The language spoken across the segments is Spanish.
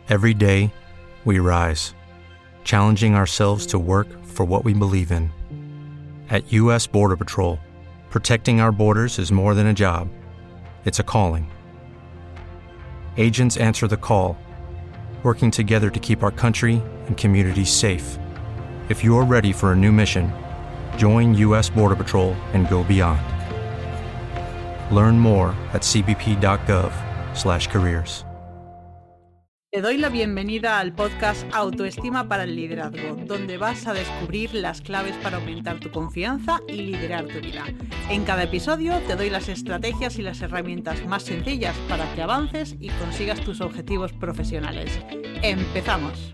Every day, we rise, challenging ourselves to work for what we believe in. At U.S. Border Patrol, protecting our borders is more than a job. It's a calling. Agents answer the call, working together to keep our country and communities safe. If you're ready for a new mission, join U.S. Border Patrol and go beyond. Learn more at cbp.gov/careers. Te doy la bienvenida al podcast Autoestima para el Liderazgo, donde vas a descubrir las claves para aumentar tu confianza y liderar tu vida. En cada episodio te doy las estrategias y las herramientas más sencillas para que avances y consigas tus objetivos profesionales. ¡Empezamos!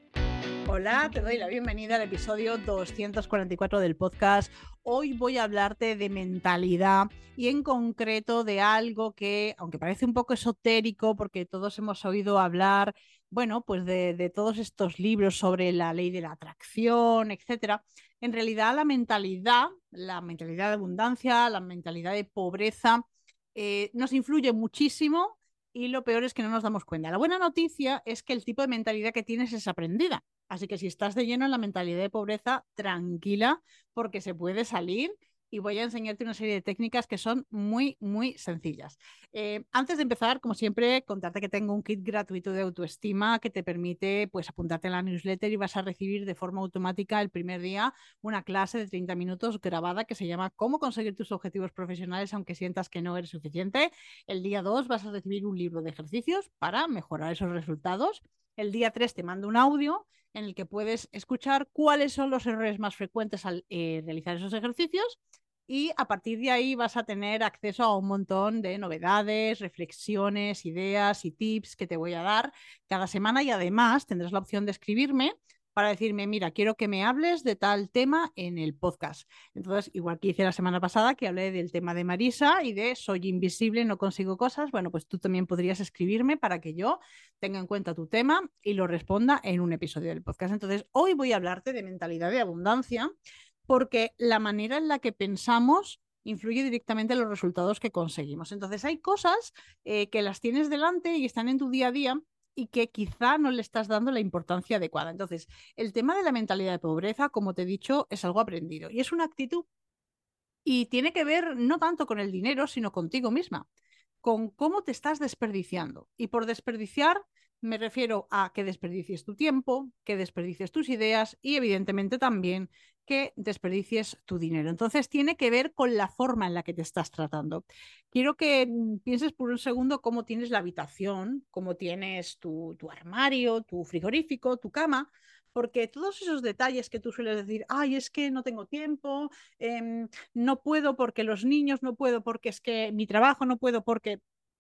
Hola, te doy la bienvenida al episodio 244 del podcast. Hoy voy a hablarte de mentalidad y en concreto de algo que, aunque parece un poco esotérico, porque todos hemos oído hablar, bueno, pues de todos estos libros sobre la ley de la atracción, etcétera. En realidad la mentalidad de abundancia, la mentalidad de pobreza, nos influye muchísimo y lo peor es que no nos damos cuenta. La buena noticia es que el tipo de mentalidad que tienes es aprendida. Así que si estás de lleno en la mentalidad de pobreza, tranquila, porque se puede salir y voy a enseñarte una serie de técnicas que son muy, muy sencillas. Antes de empezar, como siempre, contarte que tengo un kit gratuito de autoestima que te permite pues, apuntarte en la newsletter y vas a recibir de forma automática el primer día una clase de 30 minutos grabada que se llama Cómo conseguir tus objetivos profesionales aunque sientas que no eres suficiente. El día 2 vas a recibir un libro de ejercicios para mejorar esos resultados. El día 3 te mando un audio en el que puedes escuchar cuáles son los errores más frecuentes al realizar esos ejercicios y a partir de ahí vas a tener acceso a un montón de novedades, reflexiones, ideas y tips que te voy a dar cada semana y además tendrás la opción de escribirme para decirme, mira, quiero que me hables de tal tema en el podcast. Entonces, igual que hice la semana pasada, que hablé del tema de Marisa y de soy invisible, no consigo cosas, bueno, pues tú también podrías escribirme para que yo tenga en cuenta tu tema y lo responda en un episodio del podcast. Entonces, hoy voy a hablarte de mentalidad de abundancia porque la manera en la que pensamos influye directamente en los resultados que conseguimos. Entonces, hay cosas que las tienes delante y están en tu día a día y que quizá no le estás dando la importancia adecuada. Entonces, el tema de la mentalidad de pobreza, como te he dicho, es algo aprendido y es una actitud y tiene que ver no tanto con el dinero, sino contigo misma, con cómo te estás desperdiciando. Y por desperdiciar me refiero a que desperdicies tu tiempo, que desperdicies tus ideas y evidentemente también que desperdicies tu dinero. Entonces tiene que ver con la forma en la que te estás tratando. Quiero que pienses por un segundo cómo tienes la habitación, cómo tienes tu armario, tu frigorífico, tu cama, porque todos esos detalles que tú sueles decir, ay, es que no tengo tiempo, no puedo porque los niños, no puedo porque es que mi trabajo, no puedo porque...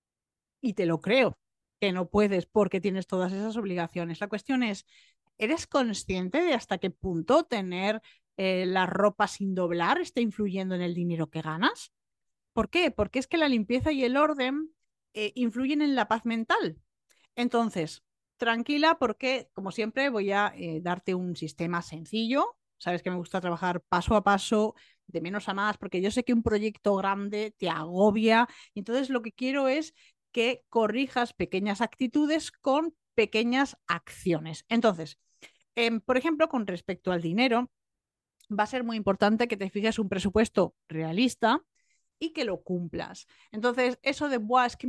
Y te lo creo, que no puedes porque tienes todas esas obligaciones. La cuestión es, ¿eres consciente de hasta qué punto tener la ropa sin doblar está influyendo en el dinero que ganas? ¿Por qué? Porque es que la limpieza y el orden influyen en la paz mental. Entonces, tranquila porque, como siempre, voy a darte un sistema sencillo. Sabes que me gusta trabajar paso a paso, de menos a más, porque yo sé que un proyecto grande te agobia. Entonces, lo que quiero es que corrijas pequeñas actitudes con pequeñas acciones. Entonces, por ejemplo, con respecto al dinero, va a ser muy importante que te fijes un presupuesto realista y que lo cumplas. Entonces, eso de, Buah, es que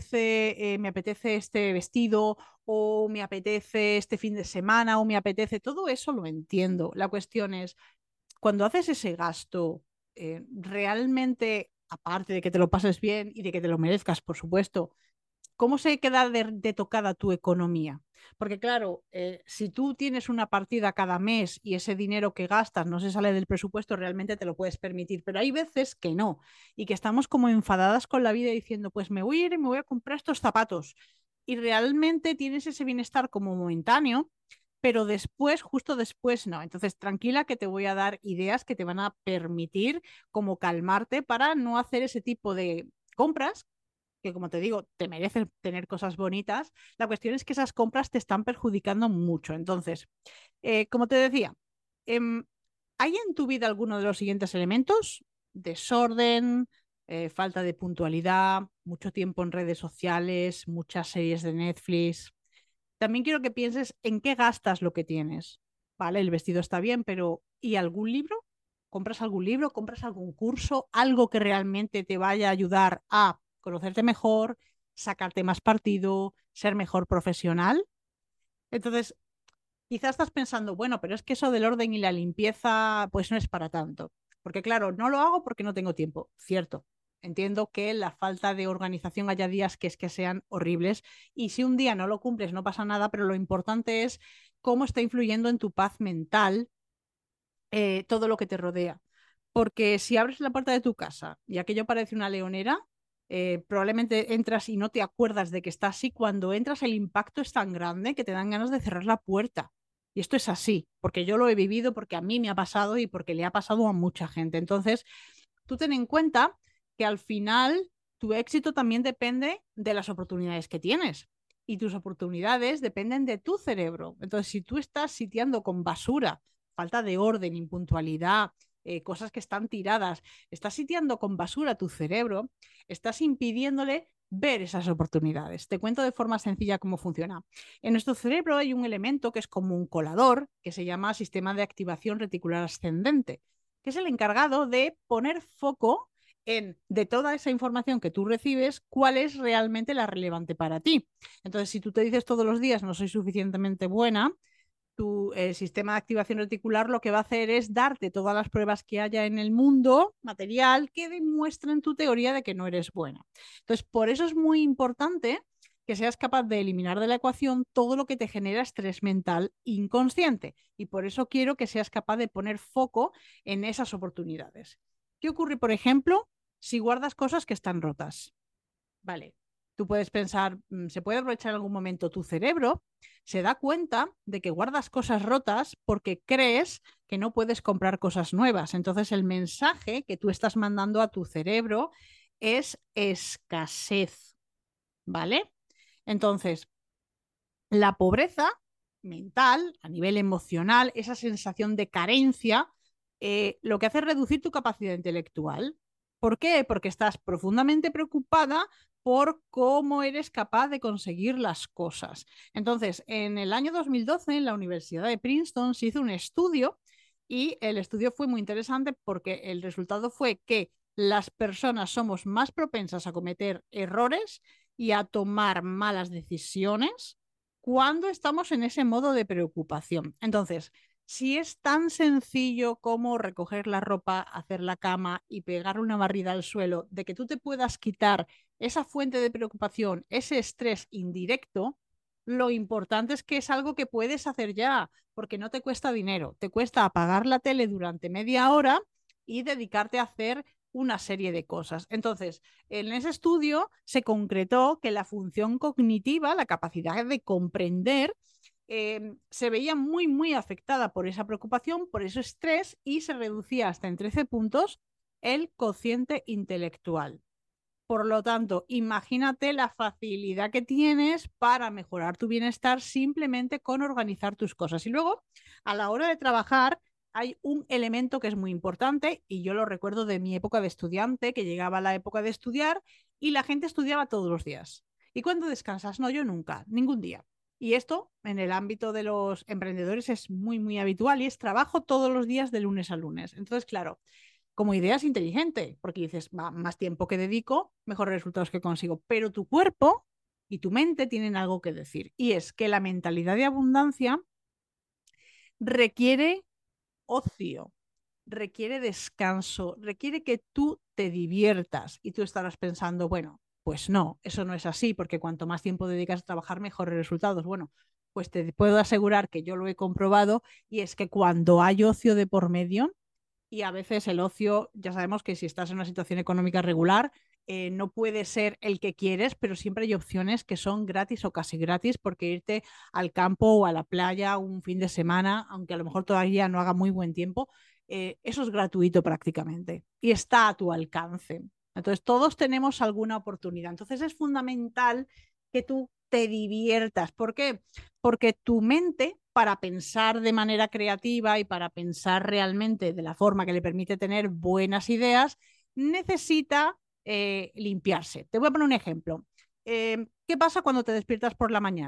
me apetece este vestido o me apetece este fin de semana o me apetece, todo eso lo entiendo. La cuestión es, cuando haces ese gasto, realmente, aparte de que te lo pases bien y de que te lo merezcas, por supuesto, ¿cómo se queda de tocada tu economía? Porque claro, si tú tienes una partida cada mes y ese dinero que gastas no se sale del presupuesto, realmente te lo puedes permitir, pero hay veces que no y que estamos como enfadadas con la vida diciendo, pues me voy a ir y me voy a comprar estos zapatos y realmente tienes ese bienestar como momentáneo, pero después, justo después no. Entonces, tranquila que te voy a dar ideas que te van a permitir como calmarte para no hacer ese tipo de compras que como te digo, te mereces tener cosas bonitas. La cuestión es que esas compras te están perjudicando mucho. Entonces, como te decía, em, ¿hay en tu vida alguno de los siguientes elementos? Desorden, falta de puntualidad, mucho tiempo en redes sociales, muchas series de Netflix. también quiero que pienses en qué gastas lo que tienes. Vale, el vestido está bien, pero ¿y algún libro? ¿Compras algún libro? ¿Compras algún curso? Algo que realmente te vaya a ayudar a conocerte mejor, sacarte más partido, ser mejor profesional. Entonces, quizás estás pensando, bueno, pero es que eso del orden y la limpieza, pues no es para tanto. Porque claro, no lo hago porque no tengo tiempo. Cierto. Entiendo que la falta de organización haya días que es que sean horribles y si un día no lo cumples no pasa nada, pero lo importante es cómo está influyendo en tu paz mental todo lo que te rodea. Porque si abres la puerta de tu casa y aquello parece una leonera, probablemente entras y no te acuerdas de que está así. Cuando entras, el impacto es tan grande que te dan ganas de cerrar la puerta. Y esto es así, porque yo lo he vivido, porque a mí me ha pasado y porque le ha pasado a mucha gente. Entonces, tú ten en cuenta que al final tu éxito también depende de las oportunidades que tienes. Y tus oportunidades dependen de tu cerebro. Entonces, si tú estás sitiando con basura, falta de orden, impuntualidad, cosas que están tiradas, estás sitiando con basura tu cerebro, estás impidiéndole ver esas oportunidades. Te cuento de forma sencilla cómo funciona. En nuestro cerebro hay un elemento que es como un colador, que se llama sistema de activación reticular ascendente, que es el encargado de poner foco en, de toda esa información que tú recibes, cuál es realmente la relevante para ti. Entonces, si tú te dices todos los días no soy suficientemente buena, tu sistema de activación reticular lo que va a hacer es darte todas las pruebas que haya en el mundo material que demuestren tu teoría de que no eres buena. Entonces, por eso es muy importante que seas capaz de eliminar de la ecuación todo lo que te genera estrés mental inconsciente. Y por eso quiero que seas capaz de poner foco en esas oportunidades. ¿Qué ocurre, por ejemplo, si guardas cosas que están rotas? Vale, tú puedes pensar, ¿se puede aprovechar en algún momento tu cerebro? Se da cuenta de que guardas cosas rotas porque crees que no puedes comprar cosas nuevas. Entonces el mensaje que tú estás mandando a tu cerebro es escasez, ¿vale? Entonces, la pobreza mental, a nivel emocional, esa sensación de carencia, lo que hace es reducir tu capacidad intelectual. ¿Por qué? Porque estás profundamente preocupada por cómo eres capaz de conseguir las cosas. Entonces, en el año 2012, en la Universidad de Princeton, se hizo un estudio y el estudio fue muy interesante porque el resultado fue que las personas somos más propensas a cometer errores y a tomar malas decisiones cuando estamos en ese modo de preocupación. Entonces, si es tan sencillo como recoger la ropa, hacer la cama y pegar una barrida al suelo, de que tú te puedas quitar esa fuente de preocupación, ese estrés indirecto, lo importante es que es algo que puedes hacer ya, porque no te cuesta dinero, te cuesta apagar la tele durante media hora y dedicarte a hacer una serie de cosas. Entonces, en ese estudio se concretó que la función cognitiva, la capacidad de comprender, se veía muy, muy afectada por esa preocupación, por ese estrés y se reducía hasta en 13 puntos el cociente intelectual. Por lo tanto, imagínate la facilidad que tienes para mejorar tu bienestar simplemente con organizar tus cosas. Y luego, a la hora de trabajar, hay un elemento que es muy importante y yo lo recuerdo de mi época de estudiante, que llegaba la época de estudiar y la gente estudiaba todos los días. ¿Y cuándo descansas? No, yo nunca, ningún día. Y esto en el ámbito de los emprendedores es muy, muy habitual y es trabajo todos los días de lunes a lunes. Entonces, claro, como idea es inteligente, porque dices, va, más tiempo que dedico, mejores resultados que consigo. Pero tu cuerpo y tu mente tienen algo que decir. Y es que la mentalidad de abundancia requiere ocio, requiere descanso, requiere que tú te diviertas. Y tú estarás pensando, bueno, pues no, eso no es así, porque cuanto más tiempo dedicas a trabajar, mejores resultados. Bueno, pues te puedo asegurar que yo lo he comprobado y es que cuando hay ocio de por medio, y a veces el ocio, ya sabemos que si estás en una situación económica regular, no puede ser el que quieres, pero siempre hay opciones que son gratis o casi gratis, porque irte al campo o a la playa un fin de semana, aunque a lo mejor todavía no haga muy buen tiempo, eso es gratuito prácticamente y está a tu alcance. Entonces, todos tenemos alguna oportunidad. Entonces, es fundamental que tú te diviertas. ¿Por qué? Porque tu mente, para pensar de manera creativa y para pensar realmente de la forma que le permite tener buenas ideas, necesita limpiarse. Te voy a poner un ejemplo. ¿Qué pasa cuando te despiertas por la mañana?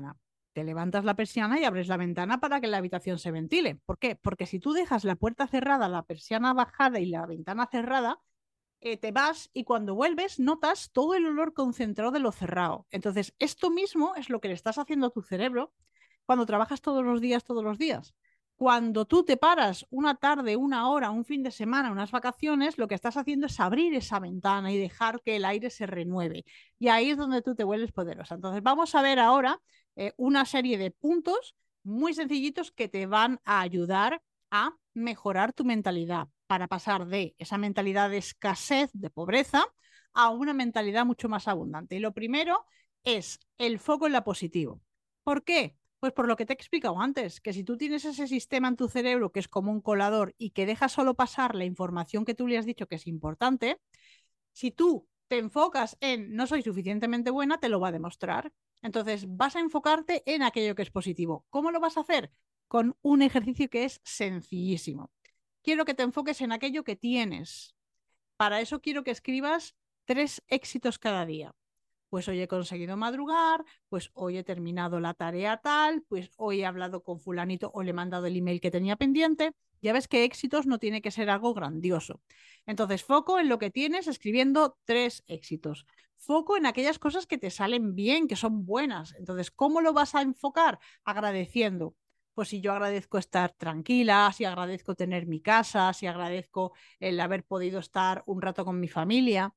te levantas la persiana y abres la ventana para que la habitación se ventile. ¿Por qué? Porque si tú dejas la puerta cerrada, la persiana bajada y la ventana cerrada, te vas y cuando vuelves notas todo el olor concentrado de lo cerrado. Entonces, esto mismo es lo que le estás haciendo a tu cerebro cuando trabajas todos los días, todos los días. Cuando tú te paras una tarde, una hora, un fin de semana, unas vacaciones, lo que estás haciendo es abrir esa ventana y dejar que el aire se renueve. Y ahí es donde tú te vuelves poderosa. Entonces, vamos a ver ahora una serie de puntos muy sencillitos que te van a ayudar a mejorar tu mentalidad para pasar de esa mentalidad de escasez, de pobreza, a una mentalidad mucho más abundante. Y lo primero es el foco en la positivo. ¿Por qué? Pues por lo que te he explicado antes, que si tú tienes ese sistema en tu cerebro que es como un colador y que deja solo pasar la información que tú le has dicho que es importante, si tú te enfocas en no soy suficientemente buena, te lo va a demostrar. Entonces vas a enfocarte en aquello que es positivo. ¿Cómo lo vas a hacer? Con un ejercicio que es sencillísimo. Quiero que te enfoques en aquello que tienes. Para eso quiero que escribas 3 éxitos cada día. Pues hoy he conseguido madrugar, pues hoy he terminado la tarea tal, pues hoy he hablado con fulanito o le he mandado el email que tenía pendiente. Ya ves que éxitos no tiene que ser algo grandioso. Entonces, foco en lo que tienes escribiendo 3 éxitos. Foco en aquellas cosas que te salen bien, que son buenas. Entonces, ¿cómo lo vas a enfocar? Agradeciendo. Pues si yo agradezco estar tranquila, si agradezco tener mi casa, si agradezco el haber podido estar un rato con mi familia.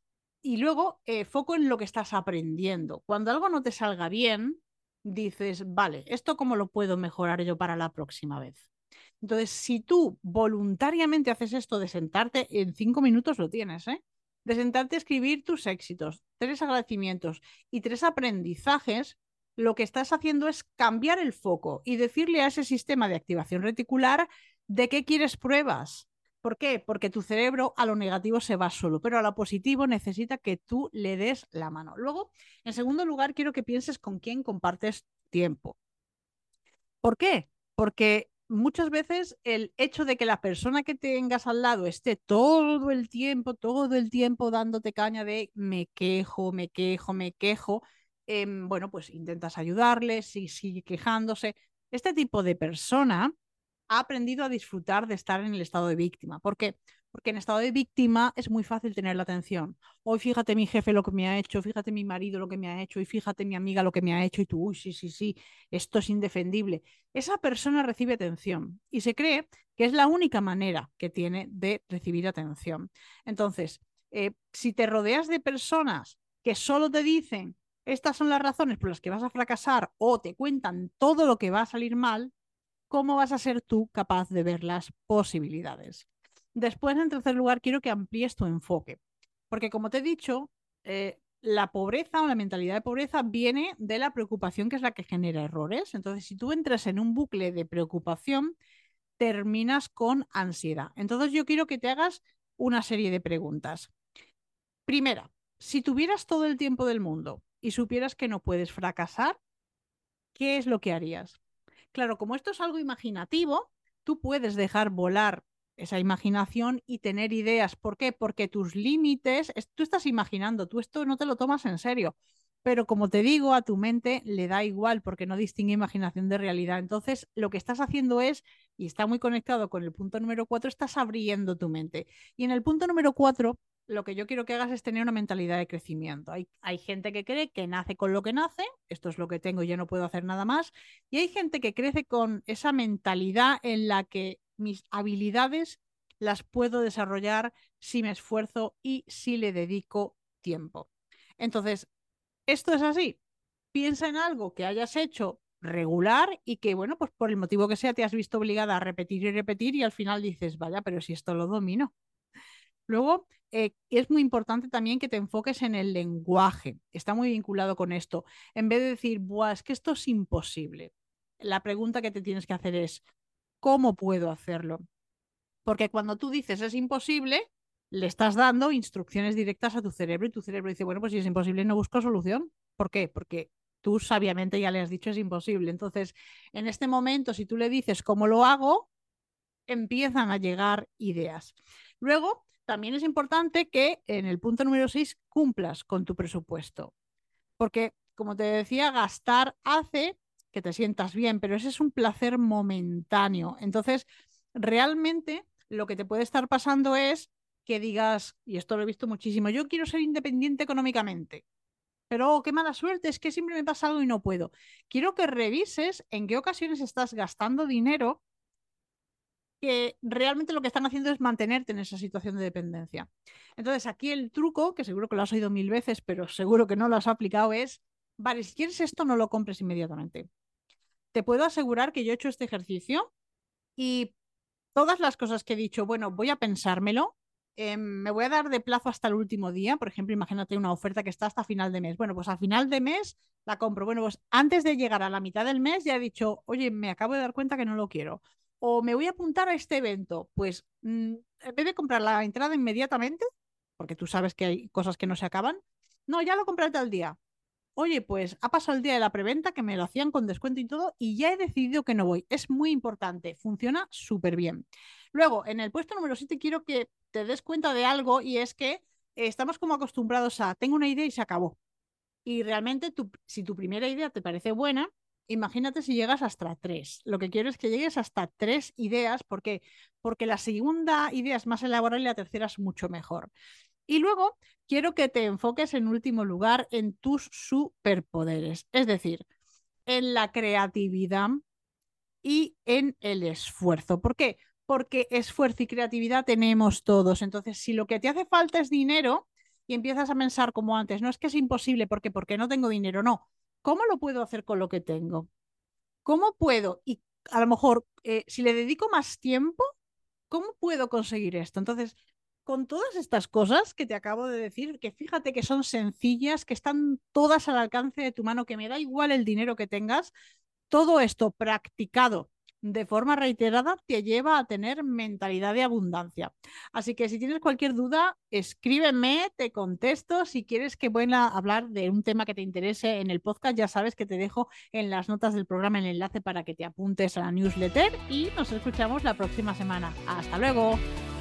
Y luego, foco en lo que estás aprendiendo. Cuando algo no te salga bien, dices, vale, ¿esto cómo lo puedo mejorar yo para la próxima vez? Entonces, si tú voluntariamente haces esto de sentarte, en 5 minutos lo tienes, ¿eh? De sentarte a escribir tus éxitos, 3 agradecimientos y 3 aprendizajes, lo que estás haciendo es cambiar el foco y decirle a ese sistema de activación reticular de qué quieres pruebas. ¿Por qué? Porque tu cerebro a lo negativo se va solo, pero a lo positivo necesita que tú le des la mano. Luego, en segundo lugar, quiero que pienses con quién compartes tiempo. ¿Por qué? Porque muchas veces el hecho de que la persona que tengas al lado esté todo el tiempo dándote caña de me quejo, me quejo, me quejo, bueno, pues intentas ayudarle, si sigue quejándose. Este tipo de persona ha aprendido a disfrutar de estar en el estado de víctima. ¿Por qué? Porque en estado de víctima es muy fácil tener la atención. Hoy fíjate mi jefe lo que me ha hecho, fíjate mi marido lo que me ha hecho, y fíjate mi amiga lo que me ha hecho, y tú, uy, sí, sí, sí, esto es indefendible. Esa persona recibe atención y se cree que es la única manera que tiene de recibir atención. Entonces, si te rodeas de personas que solo te dicen estas son las razones por las que vas a fracasar o te cuentan todo lo que va a salir mal, ¿cómo vas a ser tú capaz de ver las posibilidades? Después, en tercer lugar, quiero que amplíes tu enfoque, porque como te he dicho, la pobreza o la mentalidad de pobreza viene de la preocupación que es la que genera errores. Entonces, si tú entras en un bucle de preocupación, terminas con ansiedad. Entonces, yo quiero que te hagas una serie de preguntas. Primera, si tuvieras todo el tiempo del mundo y supieras que no puedes fracasar, ¿qué es lo que harías? Claro, como esto es algo imaginativo, tú puedes dejar volar esa imaginación y tener ideas. ¿Por qué? Porque tus límites, tú estás imaginando, tú esto no te lo tomas en serio. Pero como te digo, a tu mente le da igual porque no distingue imaginación de realidad. Entonces, lo que estás haciendo es, y está muy conectado con el punto número 4, estás abriendo tu mente. Y en el punto número 4, lo que yo quiero que hagas es tener una mentalidad de crecimiento. Hay gente que cree que nace con lo que nace, esto es lo que tengo y yo no puedo hacer nada más. Y hay gente que crece con esa mentalidad en la que mis habilidades las puedo desarrollar si me esfuerzo y si le dedico tiempo. Entonces, esto es así. Piensa en algo que hayas hecho regular y que, bueno, pues por el motivo que sea, te has visto obligada a repetir y al final dices, vaya, pero si esto lo domino. Luego, es muy importante también que te enfoques en el lenguaje. Está muy vinculado con esto. En vez de decir, buah, es que esto es imposible. La pregunta que te tienes que hacer es, ¿cómo puedo hacerlo? Porque cuando tú dices es imposible, le estás dando instrucciones directas a tu cerebro y tu cerebro dice, bueno, pues si es imposible, no busco solución. ¿Por qué? Porque tú sabiamente ya le has dicho es imposible. Entonces, en este momento, si tú le dices cómo lo hago, empiezan a llegar ideas. Luego, también es importante que en el punto número 6 cumplas con tu presupuesto, porque, como te decía, gastar hace que te sientas bien, pero ese es un placer momentáneo. Entonces, realmente lo que te puede estar pasando es que digas, y esto lo he visto muchísimo, yo quiero ser independiente económicamente, pero qué mala suerte, es que siempre me pasa algo y no puedo. Quiero que revises en qué ocasiones estás gastando dinero que realmente lo que están haciendo es mantenerte en esa situación de dependencia. Entonces, aquí el truco, que seguro que lo has oído 1000 veces, pero seguro que no lo has aplicado, es, vale, si quieres esto, no lo compres inmediatamente. Te puedo asegurar que yo he hecho este ejercicio y todas las cosas que he dicho, bueno, voy a pensármelo, me voy a dar de plazo hasta el último día. Por ejemplo, imagínate una oferta que está hasta final de mes. Bueno, pues a final de mes la compro. Bueno, pues antes de llegar a la mitad del mes ya he dicho, oye, me acabo de dar cuenta que no lo quiero. O me voy a apuntar a este evento. Pues en vez de comprar la entrada inmediatamente, porque tú sabes que hay cosas que no se acaban, no, ya lo compré tal día. Oye, pues ha pasado el día de la preventa, que me lo hacían con descuento y todo, y ya he decidido que no voy. Es muy importante, funciona súper bien. Luego, en el puesto número 7 quiero que te des cuenta de algo y es que estamos como acostumbrados a, tengo una idea y se acabó. Y realmente si tu primera idea te parece buena, imagínate si llegas hasta 3. Lo que quiero es que llegues hasta 3 ideas. ¿Por qué? Porque la segunda idea es más elaborada y la tercera es mucho mejor. Y luego quiero que te enfoques en último lugar en tus superpoderes, es decir, en la creatividad y en el esfuerzo. ¿Por qué? Porque esfuerzo y creatividad tenemos todos. Entonces, si lo que te hace falta es dinero y empiezas a pensar como antes, no es que es imposible porque no tengo dinero, no. ¿Cómo lo puedo hacer con lo que tengo? ¿Cómo puedo? Y a lo mejor, si le dedico más tiempo, ¿cómo puedo conseguir esto? Entonces, con todas estas cosas que te acabo de decir, que fíjate que son sencillas, que están todas al alcance de tu mano, que me da igual el dinero que tengas, todo esto practicado de forma reiterada te lleva a tener mentalidad de abundancia. Así que si tienes cualquier duda, escríbeme, te contesto. Si quieres que vuelva a hablar de un tema que te interese en el podcast, ya sabes que te dejo en las notas del programa el enlace para que te apuntes a la newsletter y nos escuchamos la próxima semana. Hasta luego.